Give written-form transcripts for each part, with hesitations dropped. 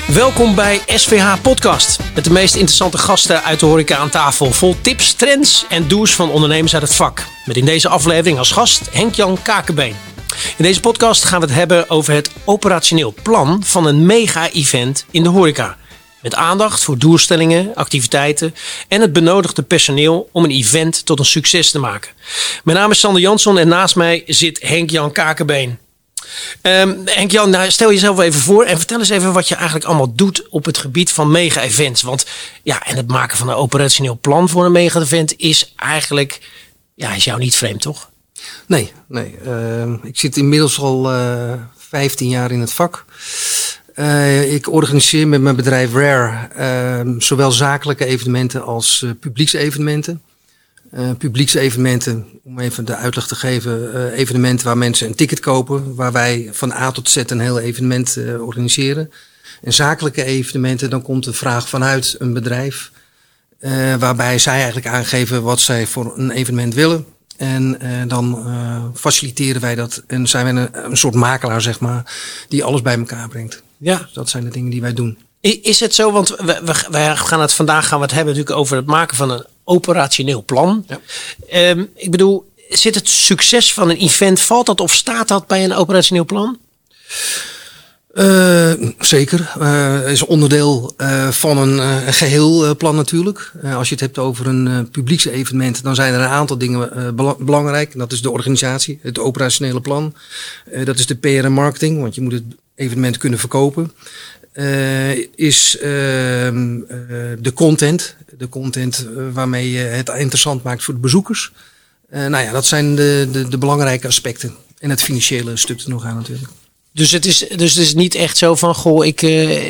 Welkom bij SVH Podcast. Met de meest interessante gasten uit de horeca aan tafel. Vol tips, trends en do's van ondernemers uit het vak. Met in deze aflevering als gast Henk-Jan Kakenbeen. In deze podcast gaan we het hebben over het operationeel plan van een mega-event in de horeca. Met aandacht voor doelstellingen, activiteiten en het benodigde personeel om een event tot een succes te maken. Mijn naam is Sander Jansson en naast mij zit Henk-Jan Kakenbeen. Henk-Jan, nou, stel jezelf even voor en vertel eens even wat je eigenlijk allemaal doet op het gebied van mega-events. Want ja, en het maken van een operationeel plan voor een mega-event is eigenlijk, ja, is jou niet vreemd, toch? Nee. Ik zit inmiddels al 15 jaar in het vak. Ik organiseer met mijn bedrijf Rare zowel zakelijke evenementen als publieksevenementen. Publieksevenementen, om even de uitleg te geven, evenementen waar mensen een ticket kopen, waar wij van A tot Z een heel evenement organiseren. En zakelijke evenementen, dan komt de vraag vanuit een bedrijf, waarbij zij eigenlijk aangeven wat zij voor een evenement willen. En dan faciliteren wij dat en zijn wij een soort makelaar, zeg maar, die alles bij elkaar brengt. Ja. Dus dat zijn de dingen die wij doen. Is het zo, want vandaag gaan we het hebben natuurlijk over het maken van een operationeel plan. Ja. Ik bedoel, zit het succes van een event, valt dat of staat dat bij een operationeel plan? Zeker. Is onderdeel van een geheel plan natuurlijk. Als je het hebt over een publieksevenement, dan zijn er een aantal dingen belangrijk. Dat is de organisatie, het operationele plan. Dat is de PR en marketing, want je moet het evenement kunnen verkopen. Is de content. De content waarmee je het interessant maakt voor de bezoekers. Nou ja, dat zijn de belangrijke aspecten. En het financiële stuk er nog aan natuurlijk. Dus het is niet echt zo van, goh, ik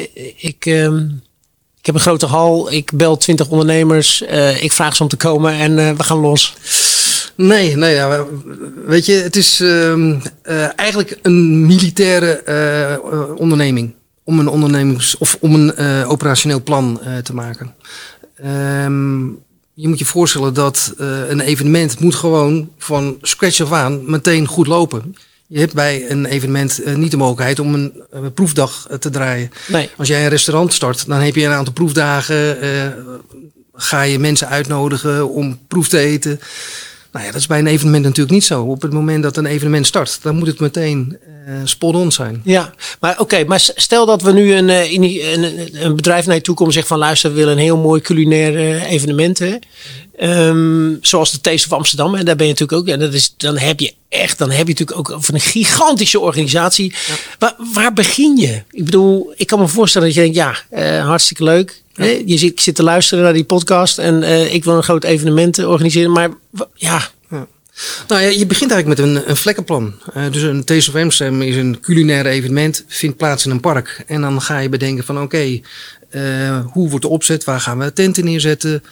heb een grote hal, ik bel 20 ondernemers, ik vraag ze om te komen en we gaan los. Nee, ja, weet je, het is eigenlijk een militaire onderneming. Om een operationeel plan te maken. Je moet je voorstellen dat een evenement moet gewoon van scratch af aan meteen goed lopen. Je hebt bij een evenement niet de mogelijkheid om een proefdag te draaien. Nee. Als jij een restaurant start, dan heb je een aantal proefdagen. Ga je mensen uitnodigen om proef te eten. Nou ja, dat is bij een evenement natuurlijk niet zo. Op het moment dat een evenement start, dan moet het meteen spot on zijn. Ja, maar oké, maar stel dat we nu een bedrijf naar je toe komen en zegt van luister, we willen een heel mooi culinair evenement. Hè? Zoals de Taste of Amsterdam. En daar ben je natuurlijk ook. En dan heb je natuurlijk ook over een gigantische organisatie. Ja. Waar begin je? Ik bedoel, ik kan me voorstellen dat je denkt, ja, hartstikke leuk. Ja. Ik zit te luisteren naar die podcast en ik wil een groot evenement organiseren. Maar ja. Nou ja, je begint eigenlijk met een vlekkenplan. Dus een Taste of Amsterdam is een culinair evenement, vindt plaats in een park. En dan ga je bedenken van oké, hoe wordt de opzet? Waar gaan we tenten neerzetten?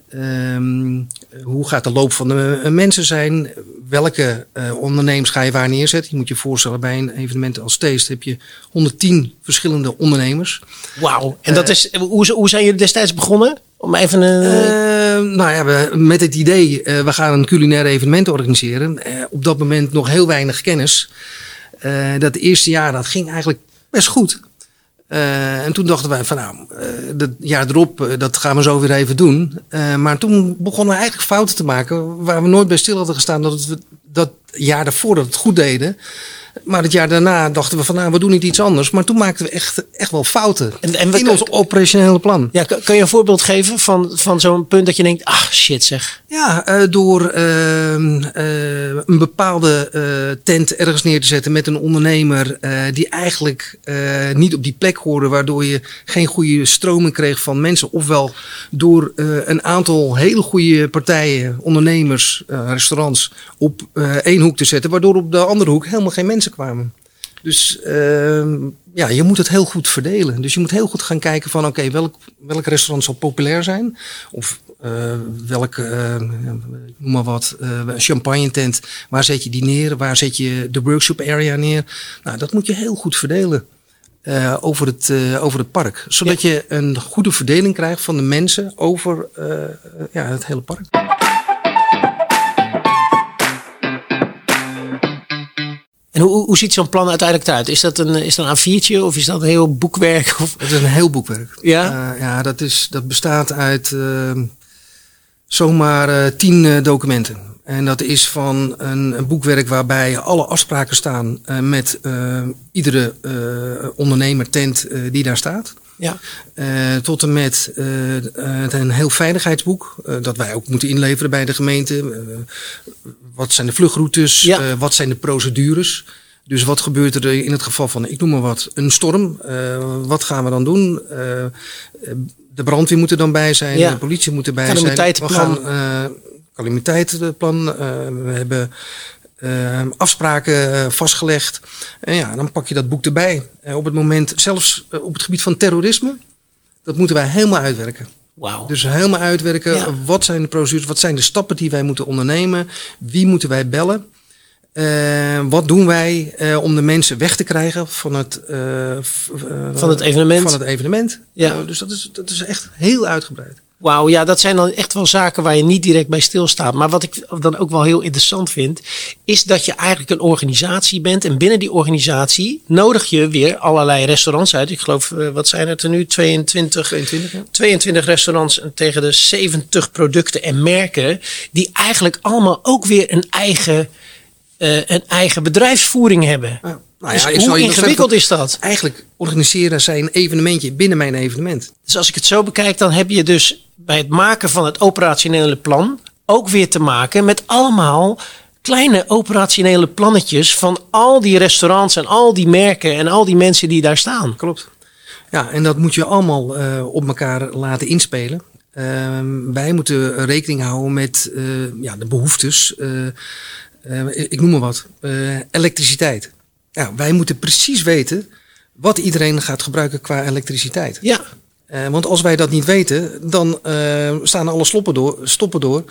Hoe gaat de loop van de mensen zijn? Welke ondernemers ga je waar neerzetten? Je moet je voorstellen, bij een evenement als Taste heb je 110 verschillende ondernemers. Wauw. En dat is, hoe zijn jullie destijds begonnen? Om even nou ja, met het idee, we gaan een culinair evenement organiseren. Op dat moment nog heel weinig kennis. Dat eerste jaar, dat ging eigenlijk best goed. En toen dachten wij van het jaar erop, dat gaan we zo weer even doen. Maar toen begonnen we eigenlijk fouten te maken waar we nooit bij stil hadden gestaan dat jaar daarvoor dat het goed deden. Maar het jaar daarna dachten we van we doen niet iets anders. Maar toen maakten we echt wel fouten in ons operationele plan. Ja, kan je een voorbeeld geven van zo'n punt dat je denkt, shit zeg. Ja, door een bepaalde tent ergens neer te zetten met een ondernemer die eigenlijk niet op die plek hoorde. Waardoor je geen goede stroming kreeg van mensen. Ofwel door een aantal hele goede partijen, ondernemers, restaurants op één hoek te zetten. Waardoor op de andere hoek helemaal geen mensen kwamen. Dus je moet het heel goed verdelen. Dus je moet heel goed gaan kijken van oké, welk restaurant zal populair zijn? Of noem maar wat, champagne tent. Waar zet je die neer? Waar zet je de workshop area neer? Nou, dat moet je heel goed verdelen over het park. Zodat je een goede verdeling krijgt van de mensen over het hele park. En hoe ziet zo'n plan uiteindelijk eruit? Is dat een A4'tje of is dat een heel boekwerk? Of? Het is een heel boekwerk. Ja? Dat bestaat uit zomaar 10 documenten. En dat is van een boekwerk waarbij alle afspraken staan met iedere ondernemer, tent die daar staat. Ja. Tot en met een heel veiligheidsboek. Dat wij ook moeten inleveren bij de gemeente. Wat zijn de vluchtroutes? Ja. Wat zijn de procedures? Dus wat gebeurt er in het geval van, ik noem maar wat, een storm? Wat gaan we dan doen? De brandweer moet er dan bij zijn. Ja. De politie moet erbij zijn. Calamiteitenplan. We gaan calamiteitenplan. We hebben afspraken vastgelegd. En ja, dan pak je dat boek erbij. Op het moment, zelfs op het gebied van terrorisme, dat moeten wij helemaal uitwerken. Wauw. Dus helemaal uitwerken. Ja. Wat zijn de procedures? Wat zijn de stappen die wij moeten ondernemen? Wie moeten wij bellen? Wat doen wij om de mensen weg te krijgen van het evenement? Van het evenement. Ja. Dus dat is echt heel uitgebreid. Wauw, ja, dat zijn dan echt wel zaken waar je niet direct bij stilstaat. Maar wat ik dan ook wel heel interessant vind, is dat je eigenlijk een organisatie bent. En binnen die organisatie nodig je weer allerlei restaurants uit. Ik geloof, wat zijn het er nu? 22 ja. 22 restaurants en tegen de 70 producten en merken. Die eigenlijk allemaal ook weer een eigen bedrijfsvoering hebben. Ja. Nou ja, dus hoe ingewikkeld is dat? Eigenlijk organiseren zij een evenementje binnen mijn evenement. Dus als ik het zo bekijk, dan heb je dus bij het maken van het operationele plan ook weer te maken met allemaal kleine operationele plannetjes van al die restaurants en al die merken en al die mensen die daar staan. Klopt. Ja, en dat moet je allemaal op elkaar laten inspelen. Wij moeten rekening houden met de behoeftes. Ik noem maar wat. Elektriciteit. Ja, wij moeten precies weten wat iedereen gaat gebruiken qua elektriciteit. Ja. Want als wij dat niet weten, dan staan alle stoppen door.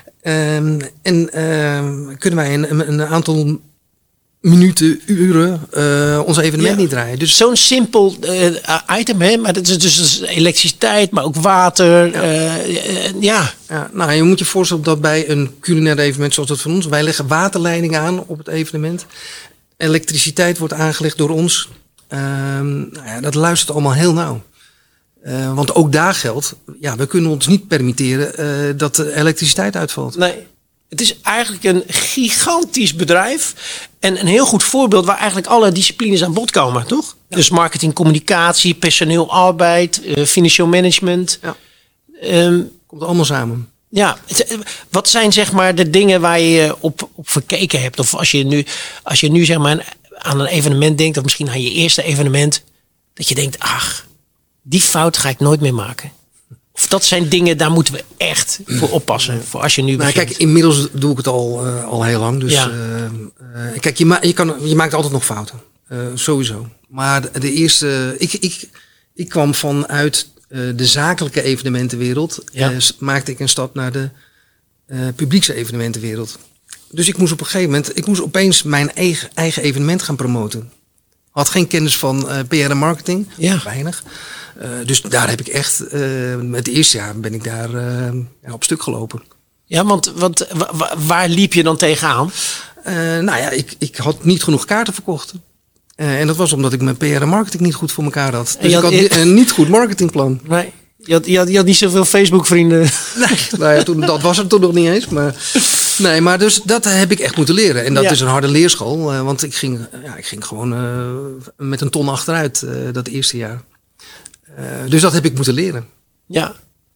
Kunnen wij een aantal minuten, uren ons evenement niet draaien. Dus zo'n simpel item, hè? Maar dat is dus elektriciteit, maar ook water. Ja. Nou, je moet je voorstellen dat bij een culinair evenement zoals dat van ons, wij leggen waterleidingen aan op het evenement. Elektriciteit wordt aangelegd door ons. Dat luistert allemaal heel nauw. Want ook daar geldt, we kunnen ons niet permitteren dat de elektriciteit uitvalt. Nee, het is eigenlijk een gigantisch bedrijf. En een heel goed voorbeeld waar eigenlijk alle disciplines aan bod komen, toch? Ja. Dus marketing, communicatie, personeel, arbeid, financieel management. Ja. Komt allemaal samen. Ja, wat zijn zeg maar de dingen waar je op verkeken hebt? Of als je nu zeg maar aan een evenement denkt, of misschien aan je eerste evenement, dat je denkt, ach, die fout ga ik nooit meer maken. Of dat zijn dingen, daar moeten we echt voor oppassen. Voor als je nu begint. Kijk, inmiddels doe ik het al heel lang. Dus ja. Kijk, je maakt altijd nog fouten. Sowieso. Maar de eerste, ik kwam vanuit de zakelijke evenementenwereld. Ja. Maakte ik een stap naar de publieksevenementenwereld. Dus ik moest op een gegeven moment, opeens mijn eigen evenement gaan promoten. Had geen kennis van PR en marketing. Ja. Weinig. Dus daar heb ik echt, het eerste jaar ben ik daar op stuk gelopen. Ja, want waar liep je dan tegenaan? Ik had niet genoeg kaarten verkocht. En dat was omdat ik mijn PR en marketing niet goed voor elkaar had. Dus ik had een niet goed marketingplan. Nee, je had niet zoveel Facebook vrienden. Nee, dat was er toen nog niet eens. Maar dus dat heb ik echt moeten leren. En dat is een harde leerschool. Want ik ging gewoon met een ton achteruit dat eerste jaar. Dus dat heb ik moeten leren. Ja.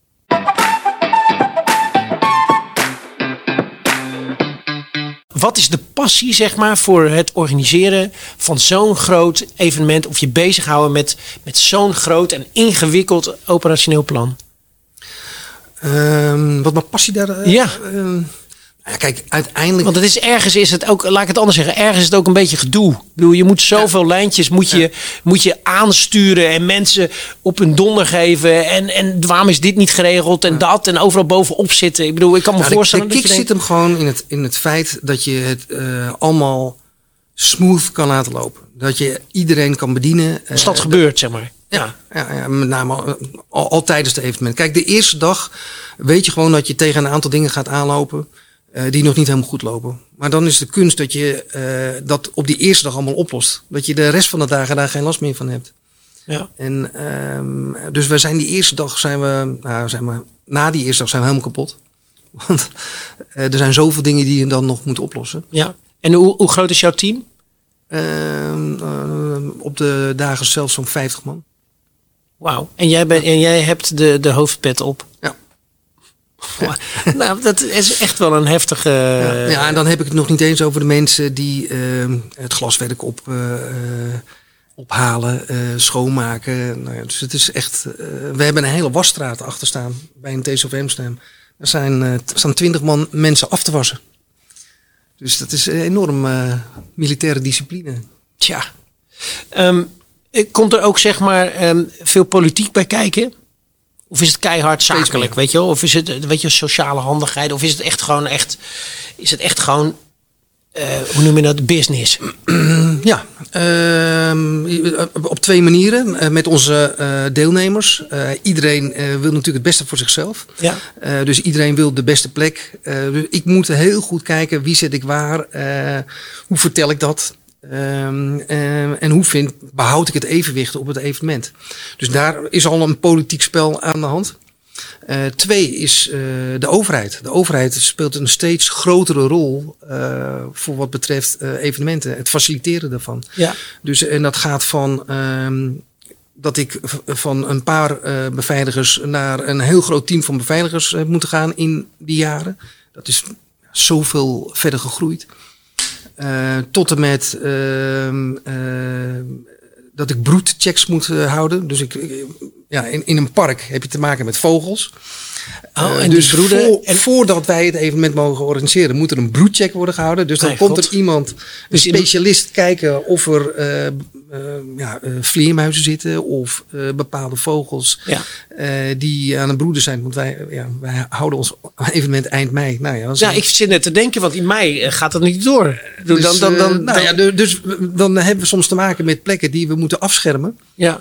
Wat is de passie, zeg maar, voor het organiseren van zo'n groot evenement, of je bezighouden met zo'n groot en ingewikkeld operationeel plan? Wat mijn passie daar... kijk, uiteindelijk... Want het is ergens is het ook, laat ik het anders zeggen, ergens is het ook een beetje gedoe. Ik bedoel, je moet zoveel lijntjes moet je aansturen en mensen op hun donder geven. En waarom is dit niet geregeld en dat en overal bovenop zitten. Ik bedoel, ik kan me voorstellen de kick zit hem gewoon in het feit dat je het allemaal smooth kan laten lopen. Dat je iedereen kan bedienen. Als dat gebeurt, zeg maar. Ja, met name al tijdens het evenement. Kijk, de eerste dag weet je gewoon dat je tegen een aantal dingen gaat aanlopen. die nog niet helemaal goed lopen. Maar dan is de kunst dat je dat op die eerste dag allemaal oplost. Dat je de rest van de dagen daar geen last meer van hebt. Ja. En dus we zijn die eerste dag na die eerste dag zijn we helemaal kapot. Want er zijn zoveel dingen die je dan nog moet oplossen. Ja. En hoe groot is jouw team? Op de dagen zelf zo'n 50 man. Wauw. En jij hebt de hoofdpet op. Ja. Ja. Nou, dat is echt wel een heftige... Ja, en dan heb ik het nog niet eens over de mensen die het glaswerk ophalen, schoonmaken. Nou ja, dus het is echt... we hebben een hele wasstraat achter staan bij een TCOV-stem. Er staan 20 mensen af te wassen. Dus dat is een enorm militaire discipline. Tja. Komt er ook zeg maar veel politiek bij kijken? Of is het keihard zakelijk, weet je wel? Of is het sociale handigheid? Of is het echt gewoon... hoe noem je dat? Business? Ja, op 2 manieren. Met onze deelnemers. Iedereen wil natuurlijk het beste voor zichzelf. Ja. Dus iedereen wil de beste plek. Dus ik moet heel goed kijken wie zit ik waar. Hoe vertel ik dat? En hoe behoud ik het evenwicht op het evenement? Dus daar is al een politiek spel aan de hand. 2 is de overheid. De overheid speelt een steeds grotere rol voor wat betreft evenementen. Het faciliteren daarvan. Ja. Dus, en dat gaat van dat ik van een paar beveiligers naar een heel groot team van beveiligers heb moeten gaan in die jaren. Dat is zoveel verder gegroeid. Tot en met dat ik broedchecks moet houden. Dus in een park heb je te maken met vogels. En dus voordat wij het evenement mogen organiseren, moet er een broedcheck worden gehouden. Dus dan komt er iemand, een specialist, kijken of er vleermuizen zitten of bepaalde vogels die aan het broeden zijn. Want wij houden ons evenement eind mei. Ik zit net te denken, want in mei gaat dat niet door. Dus dan hebben we soms te maken met plekken die we moeten afschermen. Ja.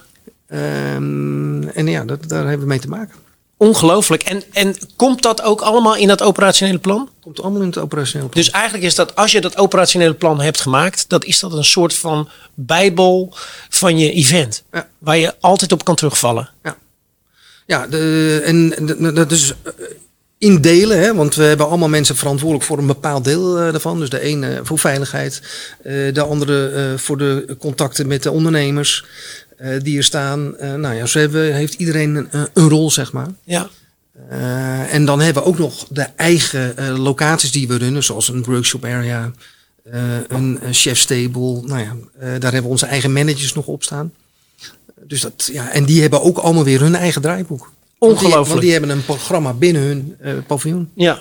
Daar hebben we mee te maken. Ongelooflijk. En komt dat ook allemaal in dat operationele plan? Komt allemaal in het operationele plan. Dus eigenlijk is dat, als je dat operationele plan hebt gemaakt, is dat een soort van bijbel van je event. Ja. Waar je altijd op kan terugvallen. Ja, dat is in delen. Hè, want we hebben allemaal mensen verantwoordelijk voor een bepaald deel daarvan. Dus de ene voor veiligheid. De andere voor de contacten met de ondernemers. Die er staan. Zo heeft iedereen een rol, zeg maar. Ja. En dan hebben we ook nog de eigen locaties die we runnen. Zoals een workshop area. Een chef's table. Daar hebben we onze eigen managers nog op staan. Dus en die hebben ook allemaal weer hun eigen draaiboek. Ongelooflijk. Want die hebben een programma binnen hun paviljoen. Ja.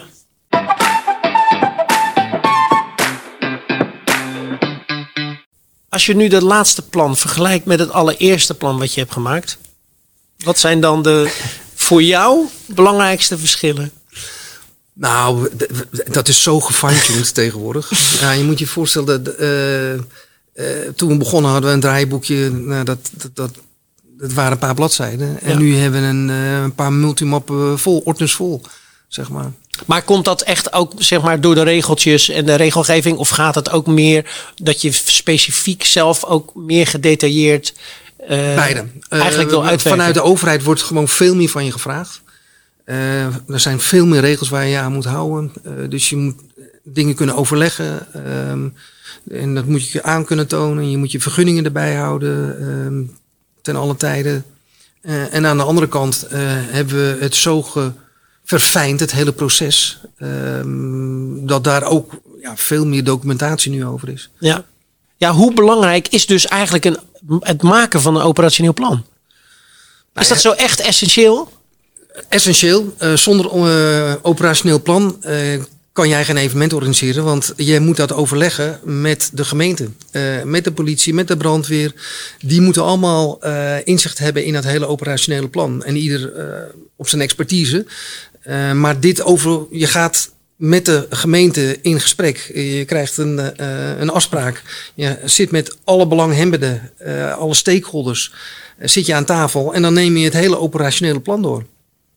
Als je nu dat laatste plan vergelijkt met het allereerste plan wat je hebt gemaakt. Wat zijn dan de voor jou belangrijkste verschillen? Nou, dat is zo gefine-tuned tegenwoordig. Ja, je moet je voorstellen, toen we begonnen hadden we een draaiboekje. Dat waren een paar bladzijden. En nu hebben we een paar multimappen vol, ordners vol, zeg maar. Maar komt dat echt ook zeg maar door de regeltjes en de regelgeving? Of gaat het ook meer dat je specifiek zelf ook meer gedetailleerd beide eigenlijk wil uitwerken? Vanuit de overheid wordt gewoon veel meer van je gevraagd. Er zijn veel meer regels waar je je aan moet houden. Dus je moet dingen kunnen overleggen. En dat moet je aan kunnen tonen. Je moet je vergunningen erbij houden. Ten alle tijden. En aan de andere kant hebben we het zo verfijnd, het hele proces. Dat daar ook veel meer documentatie nu over is. Ja, hoe belangrijk is dus eigenlijk het maken van een operationeel plan? Is dat zo echt essentieel? Essentieel. Zonder operationeel plan kan jij geen evenement organiseren. Want jij moet dat overleggen met de gemeente. Met de politie, met de brandweer. Die moeten allemaal inzicht hebben in dat hele operationele plan. En ieder op zijn expertise. Maar je gaat met de gemeente in gesprek. Je krijgt een afspraak. Je zit met alle belanghebbenden, alle stakeholders. Zit je aan tafel en dan neem je het hele operationele plan door.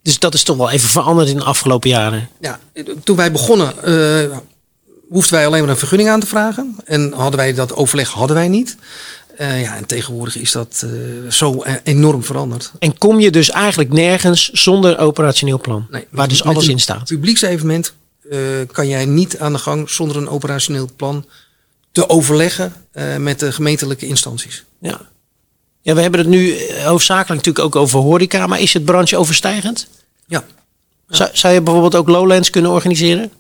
Dus dat is toch wel even veranderd in de afgelopen jaren. Ja, toen wij begonnen hoefden wij alleen maar een vergunning aan te vragen. En hadden wij dat overleg niet. En tegenwoordig is dat zo enorm veranderd. En kom je dus eigenlijk nergens zonder operationeel plan? Nee, waar dus alles in staat? Publieksevenement kan jij niet aan de gang zonder een operationeel plan te overleggen met de gemeentelijke instanties. Ja. Ja, we hebben het nu hoofdzakelijk natuurlijk ook over horeca. Maar is het brancheoverstijgend? Ja. Zou je bijvoorbeeld ook Lowlands kunnen organiseren?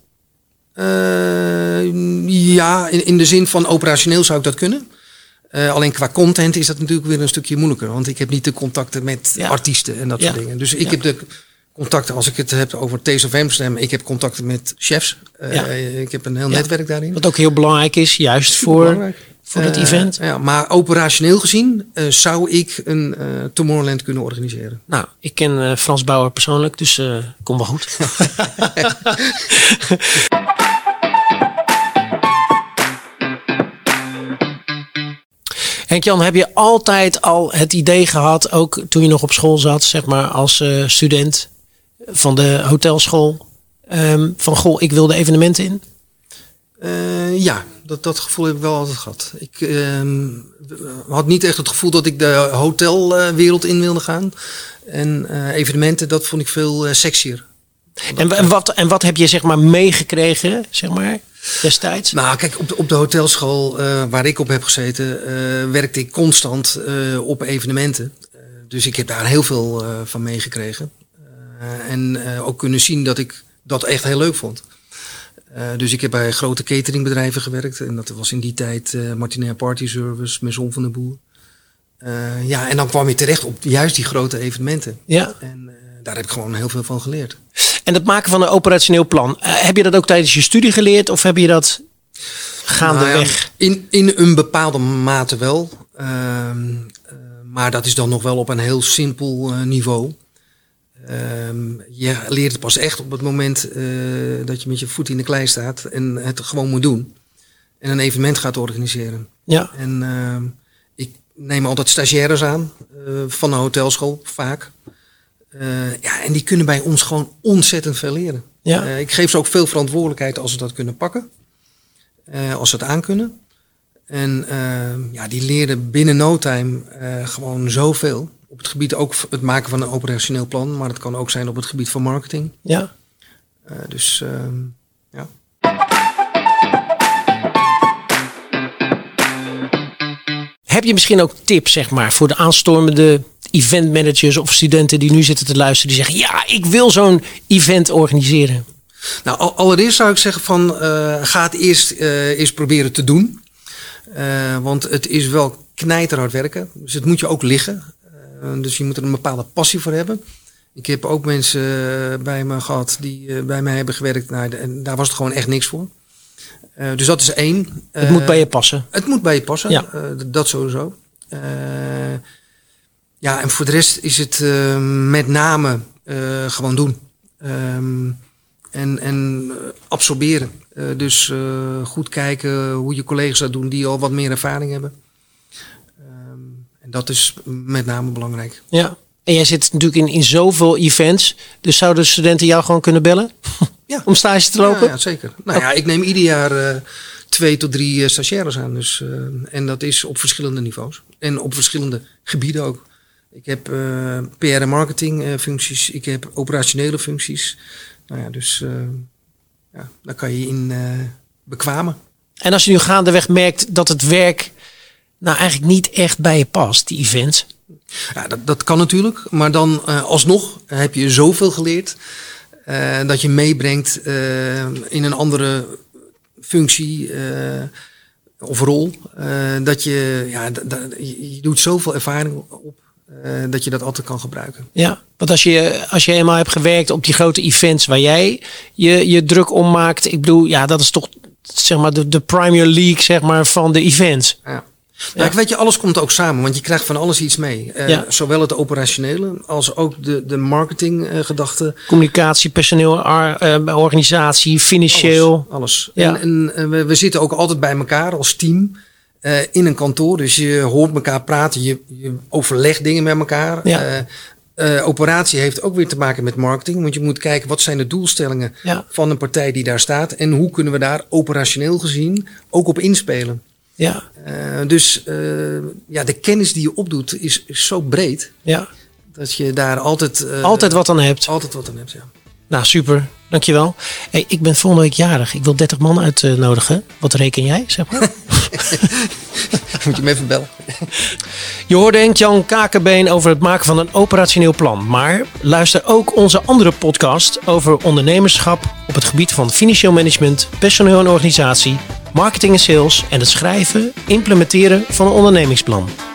In de zin van operationeel zou ik dat kunnen. Alleen qua content is dat natuurlijk weer een stukje moeilijker. Want ik heb niet de contacten met artiesten en dat soort dingen. Dus ik heb de contacten, als ik het heb over Taste of Amsterdam. Ik heb contacten met chefs. Ik heb een heel netwerk daarin. Wat ook heel belangrijk is, juist voor het event. Maar operationeel gezien zou ik een Tomorrowland kunnen organiseren. Nou, ik ken Frans Bauer persoonlijk, dus kom wel goed. Henk-Jan, heb je altijd al het idee gehad, ook toen je nog op school zat, zeg maar als student van de hotelschool, van goh, ik wil de evenementen in? Dat gevoel heb ik wel altijd gehad. Ik had niet echt het gevoel dat ik de hotelwereld in wilde gaan. En evenementen, dat vond ik veel sexier. En wat heb je zeg maar meegekregen, zeg maar, destijds? Nou, kijk, op de hotelschool waar ik op heb gezeten, werkte ik constant op evenementen. Dus ik heb daar heel veel van meegekregen. En ook kunnen zien dat ik dat echt heel leuk vond. Dus ik heb bij grote cateringbedrijven gewerkt. En dat was in die tijd Martinair Party Service, Maison van de Boer. En dan kwam je terecht op juist die grote evenementen. Ja. En daar heb ik gewoon heel veel van geleerd. En het maken van een operationeel plan. Heb je dat ook tijdens je studie geleerd? Of heb je dat gaandeweg? In een bepaalde mate wel. Maar dat is dan nog wel op een heel simpel niveau. Je leert het pas echt op het moment dat je met je voet in de klei staat en het gewoon moet doen. En een evenement gaat organiseren. Ja. En ik neem altijd stagiaires aan van de hotelschool, vaak. En die kunnen bij ons gewoon ontzettend veel leren. Ja. Ik geef ze ook veel verantwoordelijkheid als ze dat kunnen pakken. Als ze het aankunnen. En die leren binnen no time gewoon zoveel. Op het gebied ook het maken van een operationeel plan. Maar het kan ook zijn op het gebied van marketing. Ja. Heb je misschien ook tips, zeg maar, voor de aanstormende eventmanagers of studenten die nu zitten te luisteren, die zeggen, ja, ik wil zo'n event organiseren? Nou, allereerst zou ik zeggen van, ga het eerst proberen te doen. Want het is wel knijterhard werken. Dus het moet je ook liggen. Dus je moet er een bepaalde passie voor hebben. Ik heb ook mensen bij me gehad die bij mij hebben gewerkt. Nou, en daar was het gewoon echt niks voor. Dus dat is 1. Het moet bij je passen. Het moet bij je passen. Ja. Dat sowieso. En voor de rest is het met name gewoon doen. En absorberen. Dus goed kijken hoe je collega's dat doen die al wat meer ervaring hebben. En dat is met name belangrijk. Ja. En jij zit natuurlijk in zoveel events. Dus zouden studenten jou gewoon kunnen bellen? Ja. Om stage te lopen? Ja, zeker. Nou ik neem ieder jaar 2 tot 3 stagiaires aan. Dus, en dat is op verschillende niveaus. En op verschillende gebieden ook. Ik heb PR en marketing functies. Ik heb operationele functies. Dus daar kan je in bekwamen. En als je nu gaandeweg merkt dat het werk nou eigenlijk niet echt bij je past, die events? Ja, dat kan natuurlijk. Maar dan alsnog heb je zoveel geleerd dat je meebrengt in een andere functie of rol. Dat je doet zoveel ervaring op. Dat je dat altijd kan gebruiken. Ja, want als je eenmaal hebt gewerkt op die grote events waar jij je druk om maakt. Ik bedoel, dat is toch zeg maar de Premier League zeg maar, van de events. Ja. Nou, weet je, alles komt ook samen, want je krijgt van alles iets mee. Zowel het operationele als ook de marketing gedachten. Communicatie, personeel, organisatie, financieel. Alles. Ja. En we zitten ook altijd bij elkaar als team. In een kantoor, dus je hoort elkaar praten, je overlegt dingen met elkaar. Ja. operatie heeft ook weer te maken met marketing. Want je moet kijken, wat zijn de doelstellingen van een partij die daar staat. En hoe kunnen we daar operationeel gezien ook op inspelen. Ja. Dus de kennis die je opdoet is zo breed. Ja. Dat je daar altijd... altijd wat aan hebt. Altijd wat aan hebt, ja. Nou, super. Dankjewel. Hey, ik ben volgende week jarig. Ik wil 30 man uitnodigen. Wat reken jij, zeg maar? Moet je me even bellen. Je hoorde Henk-Jan Kakenbeen over het maken van een operationeel plan. Maar luister ook onze andere podcast over ondernemerschap op het gebied van financieel management, personeel en organisatie, marketing en sales en het schrijven, implementeren van een ondernemingsplan.